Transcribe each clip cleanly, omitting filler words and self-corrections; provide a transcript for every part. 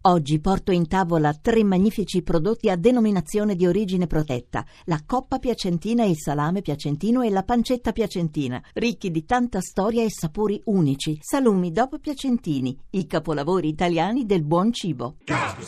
Oggi porto in tavola 3 magnifici prodotti a denominazione di origine protetta: la coppa piacentina, il salame piacentino e la pancetta piacentina, ricchi di tanta storia e sapori unici. Salumi DOP Piacentini, i capolavori italiani del buon cibo.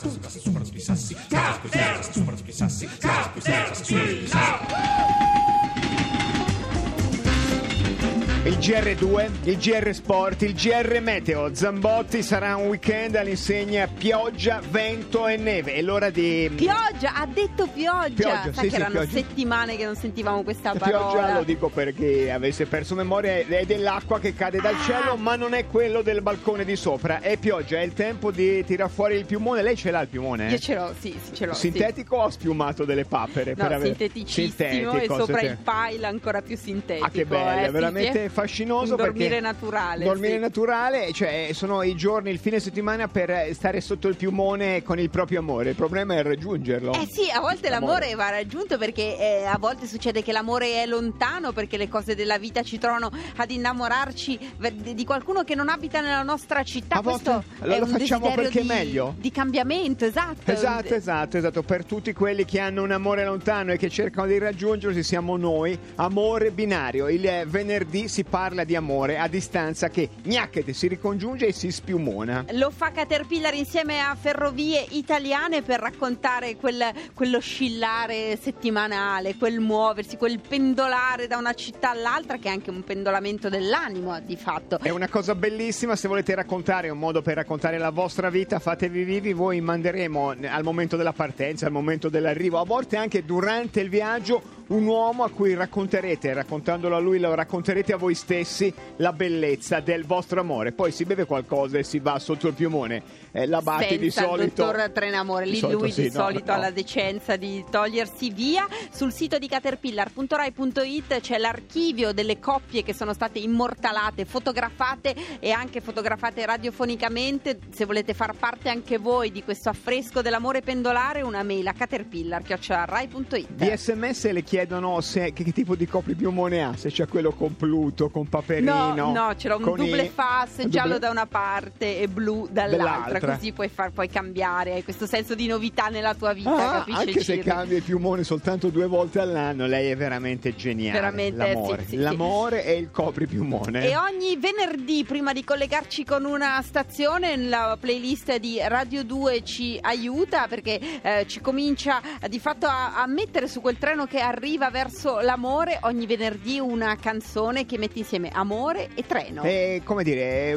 Il GR2, il GR Sport, il GR Meteo. Zambotti, sarà un weekend all'insegna pioggia, vento e neve. È l'ora di... Pioggia, ha detto pioggia. Sai sì, che erano pioggia. Settimane che non sentivamo questa parola. Pioggia lo dico perché avesse perso memoria, è dell'acqua che cade dal cielo, ma non è quello del balcone di sopra. È pioggia, è il tempo di tirar fuori il piumone. Lei ce l'ha il piumone? Io ce l'ho, sì, ce l'ho. Sintetico o spiumato delle papere? No, sinteticissimo, e sopra il pile ancora più sintetico. Ah, che bello, veramente sì. Fascinoso. Un dormire perché naturale. Dormire sì. naturale, cioè sono i giorni, il fine settimana per stare sotto il piumone con il proprio amore. Il problema è raggiungerlo. Sì, a volte l'amore va raggiunto, perché a volte succede che l'amore è lontano, perché le cose della vita ci trovano ad innamorarci di qualcuno che non abita nella nostra città. A Questo volte è lo un facciamo perché è desiderio meglio. Di cambiamento, esatto. Esatto. Per tutti quelli che hanno un amore lontano e che cercano di raggiungersi, siamo noi. Amore binario. Il venerdì si parla di amore a distanza che gnacchete, si ricongiunge e si spiumona. Lo fa Caterpillar insieme a Ferrovie Italiane per raccontare quello oscillare settimanale, quel muoversi, quel pendolare da una città all'altra, che è anche un pendolamento dell'animo di fatto. È una cosa bellissima. Se volete raccontare un modo per raccontare la vostra vita, fatevi vivi. Voi manderemo al momento della partenza, al momento dell'arrivo, a volte anche durante il viaggio, un uomo a cui racconterete, raccontandolo a lui, lo racconterete a voi stessi, la bellezza del vostro amore. Poi si beve qualcosa e si va sotto il piumone. La Batti di solito. Il dottor Trenamore, lì lui di solito ha la decenza di togliersi via. Sul sito di caterpillar.rai.it c'è l'archivio delle coppie che sono state immortalate, fotografate e anche fotografate radiofonicamente. Se volete far parte anche voi di questo affresco dell'amore pendolare, una mail a caterpillar@rai.it. Di SMS le chiedono che tipo di copripiumone ha, se c'è quello con Pluto, con Paperino. No, c'era un double fas, giallo da una parte e blu dall'altra. Così puoi cambiare, hai questo senso di novità nella tua vita, capisci? Anche se cambia il piumone soltanto 2 volte all'anno, lei è veramente geniale. Veramente, l'amore e il copripiumone. E ogni venerdì, prima di collegarci con una stazione, la playlist di Radio 2 ci aiuta, perché ci comincia di fatto a mettere su quel treno che arriva verso l'amore. Ogni venerdì una canzone che mette insieme amore e treno. Come dire,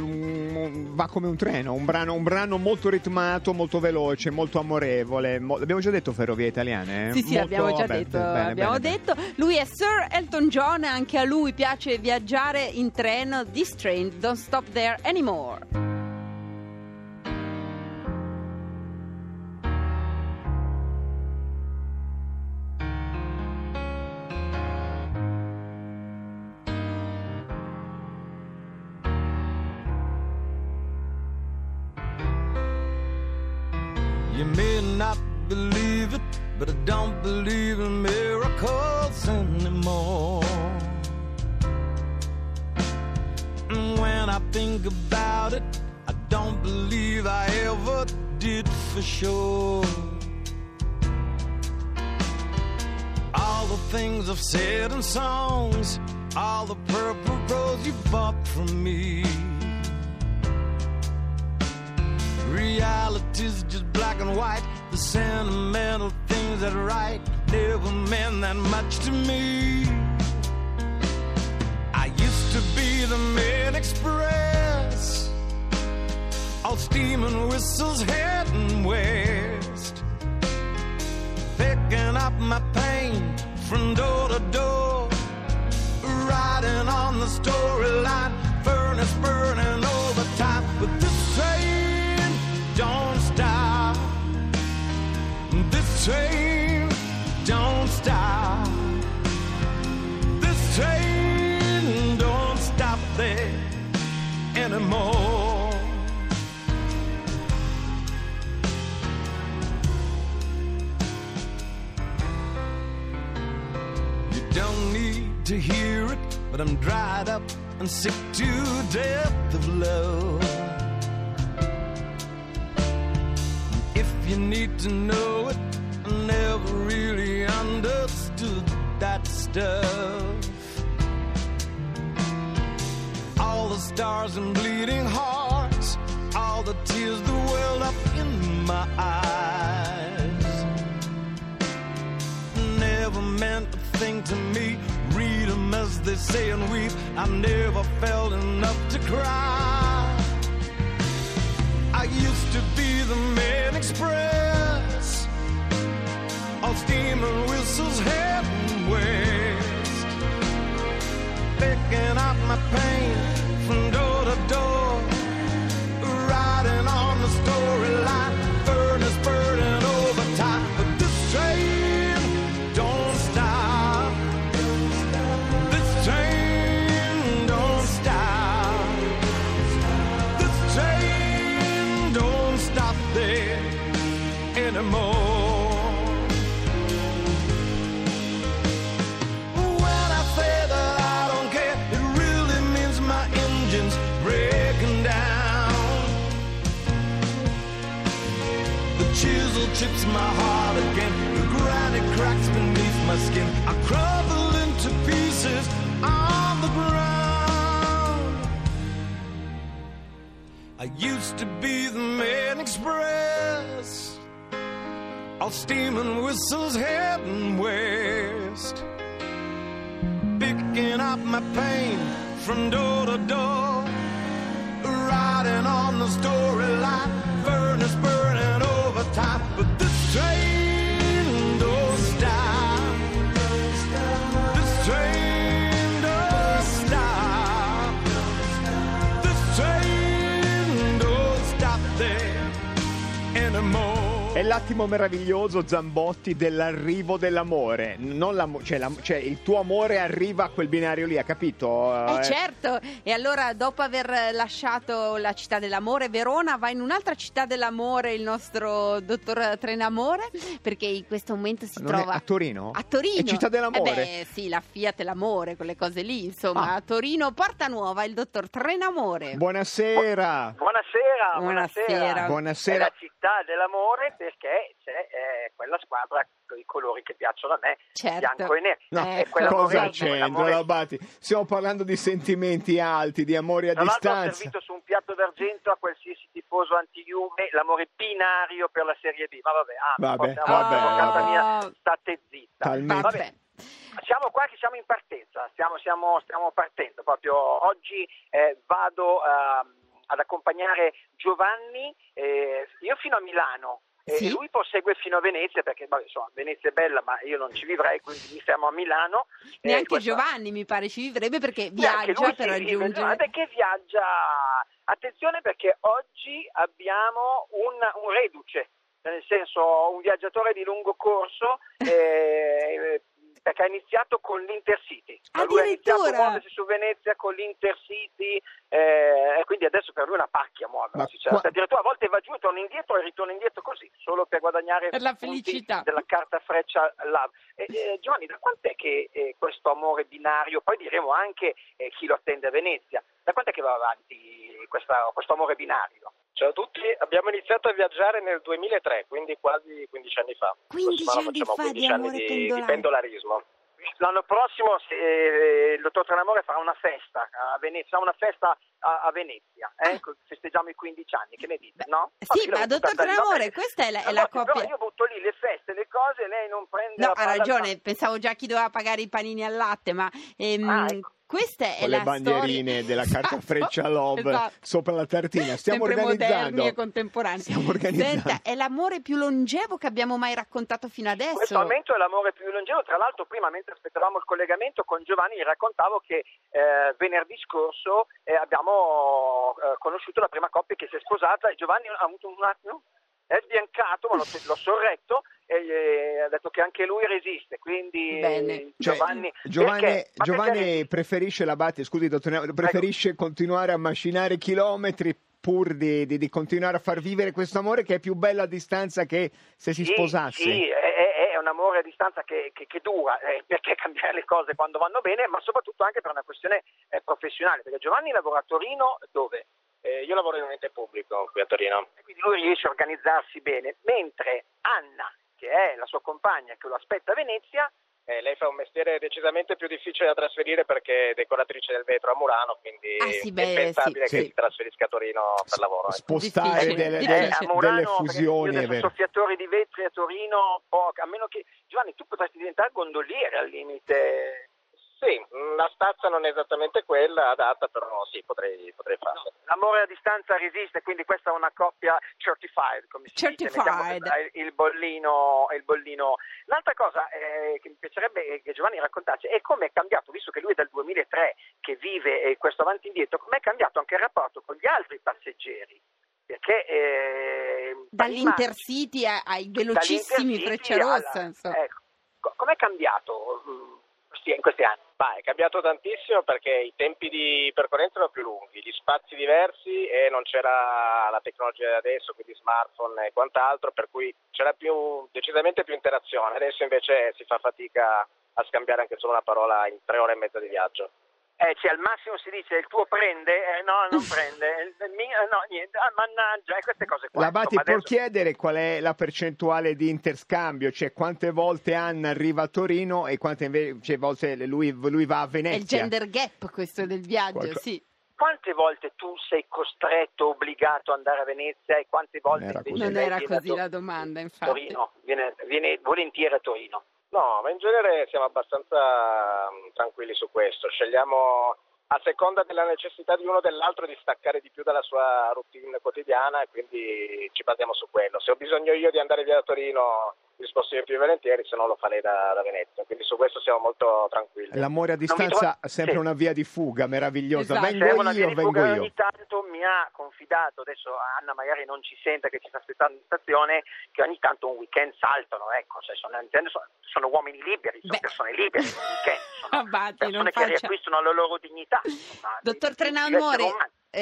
va come un treno, un brano molto ritmato, molto veloce, molto amorevole. Abbiamo già detto Ferrovie Italiane? Sì, abbiamo già detto. Detto. Lui è Sir Elton John, anche a lui piace viaggiare in treno. This train don't stop there anymore. You may not believe it, but I don't believe in miracles anymore. And when I think about it, I don't believe I ever did for sure. All the things I've said in songs, all the purple rose you bought from me. Reality's just black and white. The sentimental things that write never meant that much to me. I used to be the main express, all steam and whistles heading west, picking up my pain from door to door, riding on the storyline, furnace burning overtime. But this train don't stop. This train don't stop. This train don't stop there anymore. You don't need to hear it, but I'm dried up and sick to death of love. if you need to know it. I never really understood that stuff. All the stars and bleeding hearts, all the tears that welled up in my eyes, never meant a thing to me. Read them as they say and weep. I never felt enough to cry. I used to be the main express, all steam and whistles head and west, picking up my pain from door to door, riding on the storyline, furnace burning overtime. But this train don't stop. This train don't stop. This train don't stop there anymore. Chisel chips my heart again. The granite cracks beneath my skin. I crumble into pieces on the ground. I used to be the main express, all steam and whistles heading west, picking up my pain from door to door, riding on the storyline, furnace burning overtime. But this train don't stop. This train don't stop. This train don't stop there anymore. È l'attimo meraviglioso, Zambotti, dell'arrivo dell'amore. Non cioè il tuo amore arriva a quel binario lì, ha capito? Certo, e allora dopo aver lasciato la città dell'amore, Verona, va in un'altra città dell'amore il nostro dottor Trenamore, perché in questo momento si trova... a Torino? A Torino. È città dell'amore? Beh, sì, la Fiat e l'amore, quelle cose lì, insomma. A Torino, Porta Nuova, il dottor Trenamore. Buonasera. Buonasera. Buonasera. È la città dell'amore perché c'è quella squadra con i colori che piacciono a me, certo. Bianco e nero. No, cosa c'entra, Labati? Stiamo parlando di sentimenti alti, di amori a distanza. Tra l'altro ho servito su un piatto d'argento a qualsiasi tifoso anti-Juve l'amore binario per la Serie B. Ma vabbè, casa mia, state zitta. Vabbè. Siamo qua che siamo in partenza, stiamo partendo. Proprio oggi vado ad accompagnare Giovanni, io fino a Milano. Sì. E lui prosegue fino a Venezia perché Venezia è bella ma io non ci vivrei, quindi mi fermo a Milano. Neanche Giovanni mi pare ci vivrebbe perché viaggia per raggiungere. Perché viaggia, attenzione perché oggi abbiamo un reduce, nel senso un viaggiatore di lungo corso perché ha iniziato con l'Intercity. Lui ha iniziato a muoversi su Venezia con l'Intercity e quindi adesso per lui è una pacchia muoversi. Addirittura a volte va giù e torna indietro e ritorna indietro così, solo per guadagnare per la felicità della carta freccia Love. Giovanni, da quant'è che questo amore binario, poi diremo anche chi lo attende a Venezia, da quant'è che va avanti questo amore binario? Ciao a tutti, abbiamo iniziato a viaggiare nel 2003, quindi quasi 15 anni fa. 15 anni fa 15 di amore di pendolarismo. L'anno prossimo il dottor Trenamore farà una festa a Venezia, a Venezia, festeggiamo i 15 anni, che ne dite, no? Sì, ma dottor Trenamore, questa è la coppia... Però io butto lì le feste, le cose, lei non prende... No, ha ragione, pensavo già chi doveva pagare i panini al latte, ma... ecco. Questa è con la le bandierine della carta freccia Love sopra la tartina. Stiamo sempre organizzando. Moderni e contemporanei. Stiamo organizzando. Senta, è l'amore più longevo che abbiamo mai raccontato fino adesso. Questo momento è l'amore più longevo. Tra l'altro prima, mentre aspettavamo il collegamento con Giovanni, gli raccontavo che venerdì scorso abbiamo conosciuto la prima coppia che si è sposata e Giovanni ha avuto un attimo, è sbiancato, ma l'ho sorretto e ha detto che anche lui resiste, quindi bene. Giovanni preferisce Labati, scusi dottor, preferisce continuare a macinare chilometri pur di continuare a far vivere questo amore che è più bello a distanza che se si sposasse. Sì, è un amore a distanza che dura, perché cambiare le cose quando vanno bene, ma soprattutto anche per una questione professionale, perché Giovanni lavora a Torino dove? Io lavoro in un ente pubblico qui a Torino. E quindi lui riesce a organizzarsi bene, mentre Anna, che è la sua compagna, che lo aspetta a Venezia, lei fa un mestiere decisamente più difficile da trasferire perché è decoratrice del vetro a Murano, quindi è pensabile che si trasferisca a Torino per lavoro. Spostare delle fusioni. Io adesso soffiatori di vetri a Torino, a meno che... Giovanni, tu potresti diventare gondoliere al limite. Sì, la stazza non è esattamente quella adatta, però sì, potrei farlo. No, l'amore a distanza resiste, quindi questa è una coppia certified, come si dice. Il bollino. L'altra cosa che mi piacerebbe che Giovanni raccontasse è come è cambiato, visto che lui è dal 2003 che vive questo avanti e indietro, come è cambiato anche il rapporto con gli altri passeggeri. Perché dall'Intercity ai velocissimi Frecciarossa. Ecco, com'è cambiato in questi anni? È cambiato tantissimo perché i tempi di percorrenza erano più lunghi, gli spazi diversi e non c'era la tecnologia di adesso, quindi smartphone e quant'altro, per cui c'era decisamente più interazione. Adesso invece si fa fatica a scambiare anche solo una parola in 3 ore e mezza di viaggio. Al massimo si dice il tuo prende, no, non prende, il mio, no, niente, mannaggia, e queste cose qua. L'Abati può chiedere qual è la percentuale di interscambio, cioè quante volte Anna arriva a Torino e quante volte lui va a Venezia. È il gender gap questo del viaggio, sì. Quante volte tu sei costretto, obbligato ad andare a Venezia e quante volte non era così la domanda, infatti. Torino, viene volentieri a Torino. No, ma in genere siamo abbastanza tranquilli su questo. Scegliamo a seconda della necessità di uno o dell'altro di staccare di più dalla sua routine quotidiana e quindi ci basiamo su quello. Se ho bisogno io di andare via da Torino, mi sposto io più volentieri, se no lo fa lei da Venezia. Quindi su questo siamo molto tranquilli. L'amore a distanza è sempre una via di fuga meravigliosa. Esatto. Vengo io. Ogni tanto mi ha confidato, adesso Anna magari non ci sente che ci sta aspettando in stazione, che ogni tanto un weekend saltano, ecco, sono uomini liberi, sono persone libere, sono persone che riacquistano la loro dignità. Dottor Trenamore,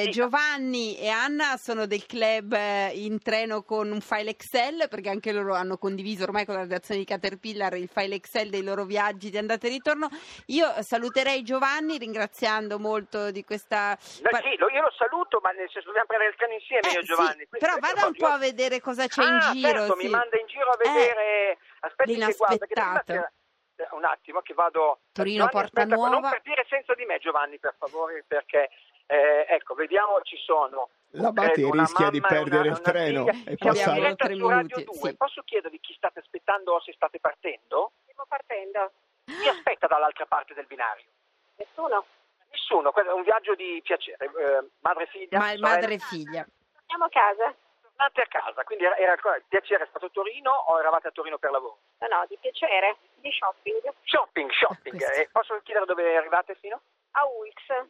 Giovanni e Anna sono del club in treno con un file Excel, perché anche loro hanno condiviso ormai con la redazione di Caterpillar il file Excel dei loro viaggi di andata e ritorno. Io saluterei Giovanni ringraziando molto di questa... io lo saluto, ma nel senso dobbiamo prendere il treno insieme io e Giovanni. Sì, però vada un po' a vedere cosa c'è in giro. Certo, mi manda in giro a vedere... Aspetti l'inaspettato. Un attimo che vado... Torino Porta Nuova. Non partire senza di me, Giovanni, per favore, perché... ecco, vediamo, ci sono. L'Abati rischia di perdere il treno e passare 3 minuti. Sì. Posso chiedervi chi state aspettando o se state partendo? Stiamo partendo. Chi aspetta dall'altra parte del binario? Nessuno. Questo è un viaggio di piacere. Madre e figlia? Madre e figlia. Andiamo a casa. Tornate a casa, quindi il piacere è stato a Torino o eravate a Torino per lavoro? No, di piacere, di shopping. Shopping. Posso chiedere dove arrivate fino? A Ulx.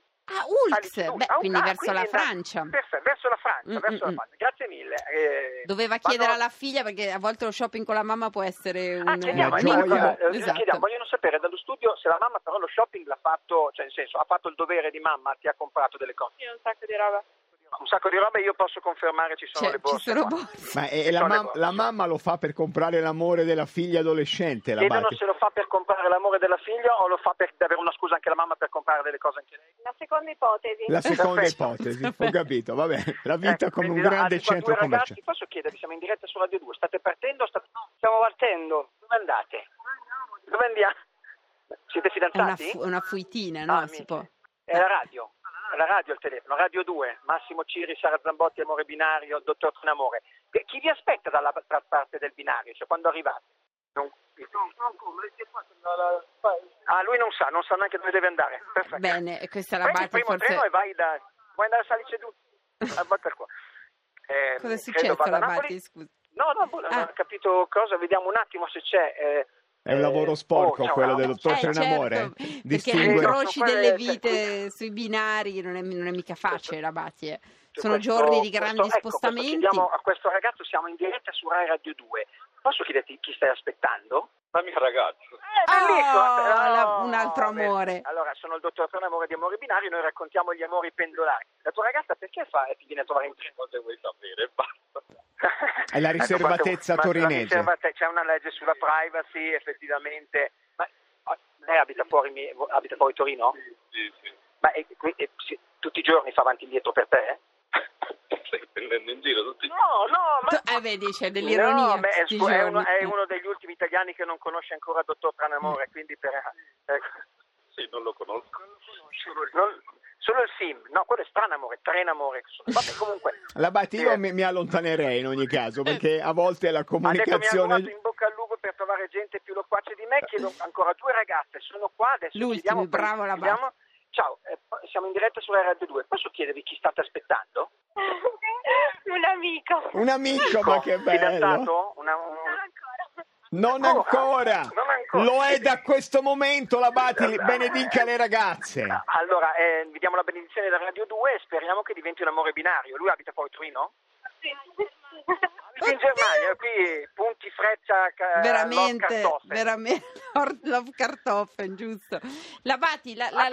Quindi verso la Francia. Verso la Francia. Grazie mille. Doveva chiedere alla figlia, perché a volte lo shopping con la mamma può essere un chiediamo, esatto. Vogliono sapere dallo studio se la mamma però lo shopping l'ha fatto, cioè nel senso ha fatto il dovere di mamma, ti ha comprato delle cose. Sì, un sacco di roba. Un sacco di roba, io posso confermare ci sono le borse. Ci sono borse. Ma la mamma lo fa per comprare l'amore della figlia adolescente? Chiedono se lo fa per comprare l'amore della figlia o lo fa per avere una scusa anche la mamma per comprare delle cose anche lei? La seconda ipotesi. Ho capito, va bene. La vita come un grande centro commerciale. Posso chiedervi, siamo in diretta su Radio 2, state partendo? Stiamo partendo. Dove andate? Dove andiamo? Siete fidanzati? È una fuitina, no? Si può. È la radio. La radio, il telefono, Radio 2, Massimo Ciri, Sara Zambotti, Amore Binario, Dottor Trenamore. Chi vi aspetta dall'altra parte del binario, cioè quando arrivate? Lui non sa neanche dove deve andare. Perfetto. Bene, questa è la base. Prendi il primo treno e vuoi andare a Salice Dutti? Per qua. Cosa è successo alla Bati, scusa? No, non ho capito cosa, vediamo un attimo se c'è... È un lavoro sporco quello del dottor Trenamore. Certo, perché le incroci delle vite sui binari non è mica facile, la Bati. Sono giorni di grandi spostamenti. Chiediamo a questo ragazzo, siamo in diretta su Rai Radio 2. Posso chiederti chi stai aspettando? La mia ragazza. Bellissimo! Un altro amore. Allora, sono il dottor Trenamore di Amore Binario, noi raccontiamo gli amori pendolari. La tua ragazza perché ti viene a trovare in treno? Cosa vuoi sapere? Basta. È la riservatezza torinese. C'è una legge sulla privacy, effettivamente. Ma lei abita fuori Torino? Sì. Ma tutti i giorni fa avanti e indietro per te? Stai prendendo in giro tutti? No, ma... vedi, c'è dell'ironia. No, è uno degli ultimi italiani che non conosce ancora Dottor Tranamore, quindi Sì, non lo conosco. Solo il film, no, quello è Stranamore, Trenamore. Vabbè, comunque. L'Abate, io mi allontanerei in ogni caso, perché a volte la comunicazione... Ha detto, mi ha in bocca al lupo per trovare gente più loquace di me, chiedo ancora 2 ragazze, sono qua adesso. L'ultimo, bravo l'Abate. Ciao, siamo in diretta sulla RAD2, posso chiedervi chi state aspettando? Un amico. Un amico, ma che bello. Fidanzato? Non ancora. Lo è da questo momento, l'Abate, benedica le ragazze. Allora, vi diamo la benedizione da Radio 2 e speriamo che diventi un amore binario. Lui abita poi a Torino? Sì. In Germania, qui punti freccia veramente Love Kartoffeln, giusto. L'Abate,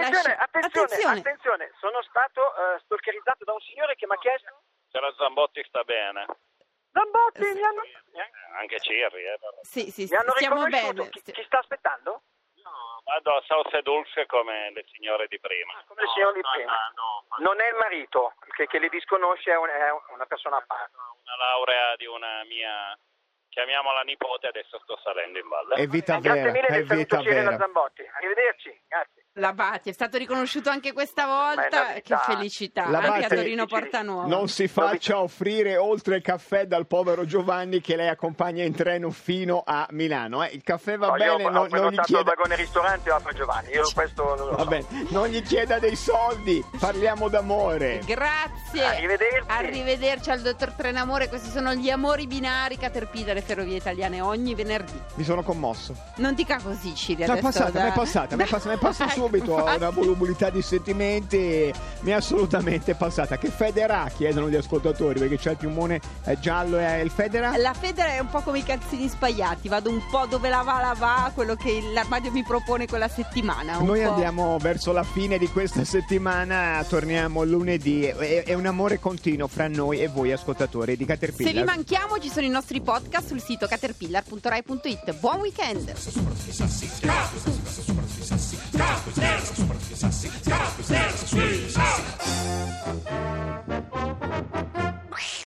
attenzione, sono stato stalkerizzato da un signore che mi ha chiesto se la Zambotti sta bene. Zambotti, mi hanno... Anche Cirri, Sì, mi hanno stiamo riconosciuto. bene. Chi sta aspettando? No, vado a Sauce Dulce come le signore di prima. Come le signore di prima. Non è il marito che li disconosce, è una persona a parte. Una laurea di una mia, chiamiamola nipote, adesso sto salendo in valle. È vita Grazie vera, mille è del saluto vita vera. da Zambotti. Arrivederci, grazie. L'Abate è stato riconosciuto anche questa volta, che felicità, anche a Torino Portanuova. Non si faccia offrire oltre il caffè dal povero Giovanni che lei accompagna in treno fino a Milano. Il caffè va bene, non gli chieda... il vagone ristorante a Giovanni, io questo non lo so. Va bene, non gli chieda dei soldi, parliamo d'amore. Grazie, arrivederci al Dottor Trenamore. Questi sono gli amori binari Caterpillar e Ferrovie Italiane ogni venerdì. Mi sono commosso. Non dica così, Ciri, mi è passata subito a una volubilità di sentimenti, mi è assolutamente passata. Che federa chiedono gli ascoltatori, perché c'è il piumone giallo e il federa? La federa è un po' come i calzini spaiati, vado un po' dove la va quello che l'armadio mi propone quella settimana. Noi andiamo verso la fine di questa settimana, torniamo lunedì, è un amore continuo fra noi e voi ascoltatori di Caterpillar. Se vi manchiamo ci sono i nostri podcast sul sito caterpillar.rai.it. Buon weekend.